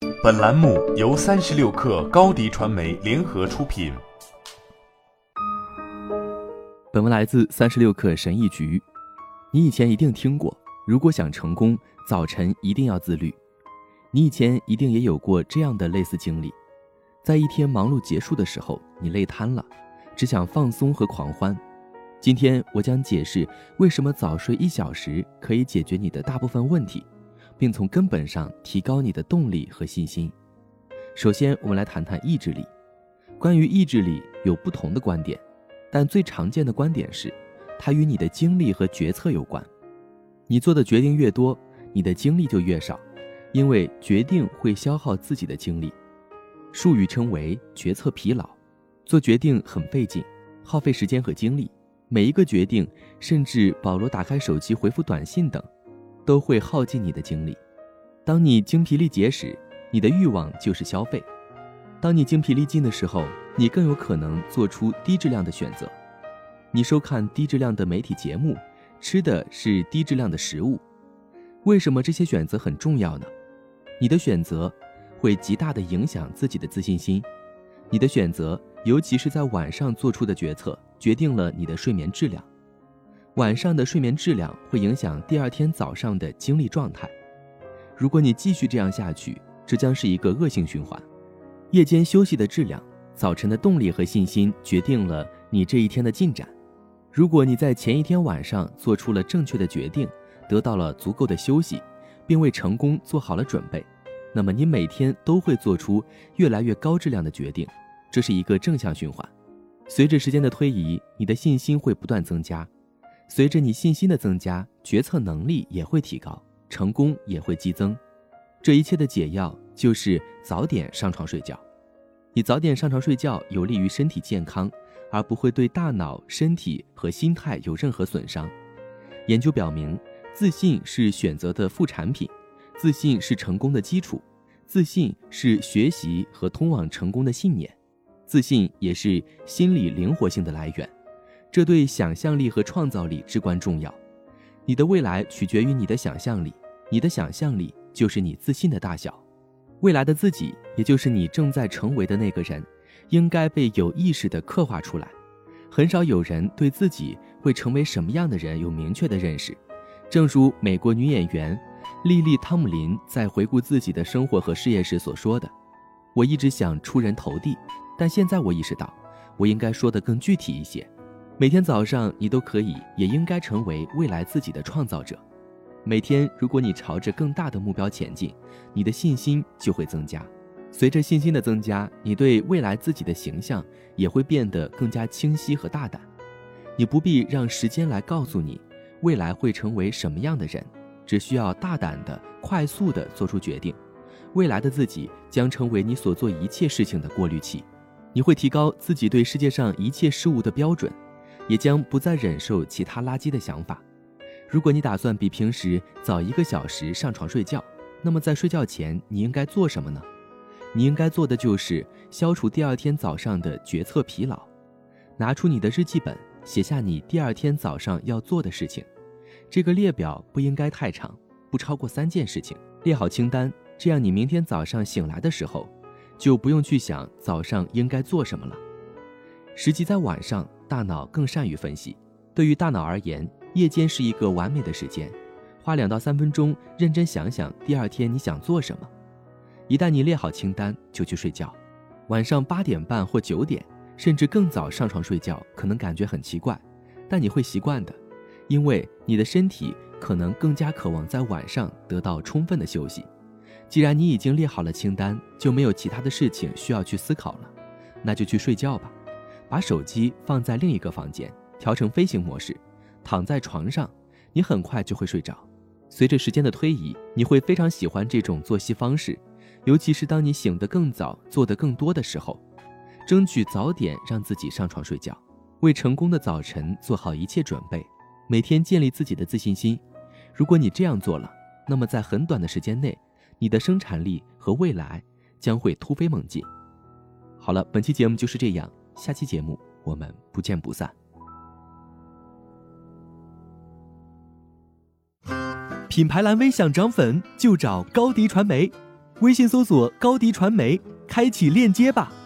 本栏目由36氪高迪传媒联合出品。 本文来自36氪神译局。你以前一定听过，如果想成功，早晨一定要自律。你以前一定也有过这样的类似经历，在一天忙碌结束的时候，你累瘫了，只想放松和狂欢。今天我将解释为什么早睡1小时可以解决你的大部分问题，并从根本上提高你的动力和信心。首先，我们来谈谈意志力。关于意志力有不同的观点，但最常见的观点是，它与你的精力和决策有关。你做的决定越多，你的精力就越少，因为决定会消耗自己的精力。术语称为决策疲劳。做决定很费劲，耗费时间和精力，每一个决定，甚至保罗打开手机回复短信等，都会耗尽你的精力。当你精疲力竭时，你的欲望就是消费。当你精疲力尽的时候，你更有可能做出低质量的选择。你收看低质量的媒体节目，吃的是低质量的食物。为什么这些选择很重要呢？你的选择会极大地影响自己的自信心。你的选择，尤其是在晚上做出的决策，决定了你的睡眠质量。晚上的睡眠质量会影响第二天早上的精力状态。如果你继续这样下去，这将是一个恶性循环。夜间休息的质量，早晨的动力和信心决定了你这一天的进展。如果你在前一天晚上做出了正确的决定，得到了足够的休息，并为成功做好了准备，那么你每天都会做出越来越高质量的决定，这是一个正向循环。随着时间的推移，你的信心会不断增加。随着你信心的增加，决策能力也会提高，成功也会激增。这一切的解药就是早点上床睡觉。你早点上床睡觉有利于身体健康，而不会对大脑、身体和心态有任何损伤。研究表明，自信是选择的副产品，自信是成功的基础，自信是学习和通往成功的信念，自信也是心理灵活性的来源。这对想象力和创造力至关重要。你的未来取决于你的想象力，你的想象力就是你自信的大小。未来的自己，也就是你正在成为的那个人，应该被有意识地刻画出来。很少有人对自己会成为什么样的人有明确的认识。正如美国女演员莉莉·汤姆林在回顾自己的生活和事业时所说的：“我一直想出人头地，但现在我意识到，我应该说得更具体一些。每天早上你都可以，也应该成为未来自己的创造者。每天，如果你朝着更大的目标前进，你的信心就会增加。随着信心的增加，你对未来自己的形象也会变得更加清晰和大胆。你不必让时间来告诉你未来会成为什么样的人，只需要大胆地、快速地做出决定。未来的自己将成为你所做一切事情的过滤器。你会提高自己对世界上一切事物的标准，也将不再忍受其他垃圾的想法。如果你打算比平时早1个小时上床睡觉，那么在睡觉前你应该做什么呢？你应该做的就是消除第二天早上的决策疲劳。拿出你的日记本，写下你第二天早上要做的事情。这个列表不应该太长，不超过3件事情。列好清单，这样你明天早上醒来的时候，就不用去想早上应该做什么了。实际在晚上，大脑更善于分析。对于大脑而言，夜间是一个完美的时间，花2到3分钟认真想想第二天你想做什么。一旦你列好清单，就去睡觉。晚上8点半或9点，甚至更早上床睡觉，可能感觉很奇怪，但你会习惯的，因为你的身体可能更加渴望在晚上得到充分的休息。既然你已经列好了清单，就没有其他的事情需要去思考了，那就去睡觉吧。把手机放在另一个房间，调成飞行模式，躺在床上，你很快就会睡着。随着时间的推移，你会非常喜欢这种作息方式，尤其是当你醒得更早，做得更多的时候。争取早点让自己上床睡觉，为成功的早晨做好一切准备，每天建立自己的自信心。如果你这样做了，那么在很短的时间内，你的生产力和未来将会突飞猛进。好了，本期节目就是这样，下期节目我们不见不散。 品牌蓝 V 想涨粉就找高迪传媒， 微信搜索高迪传媒，开启链接吧。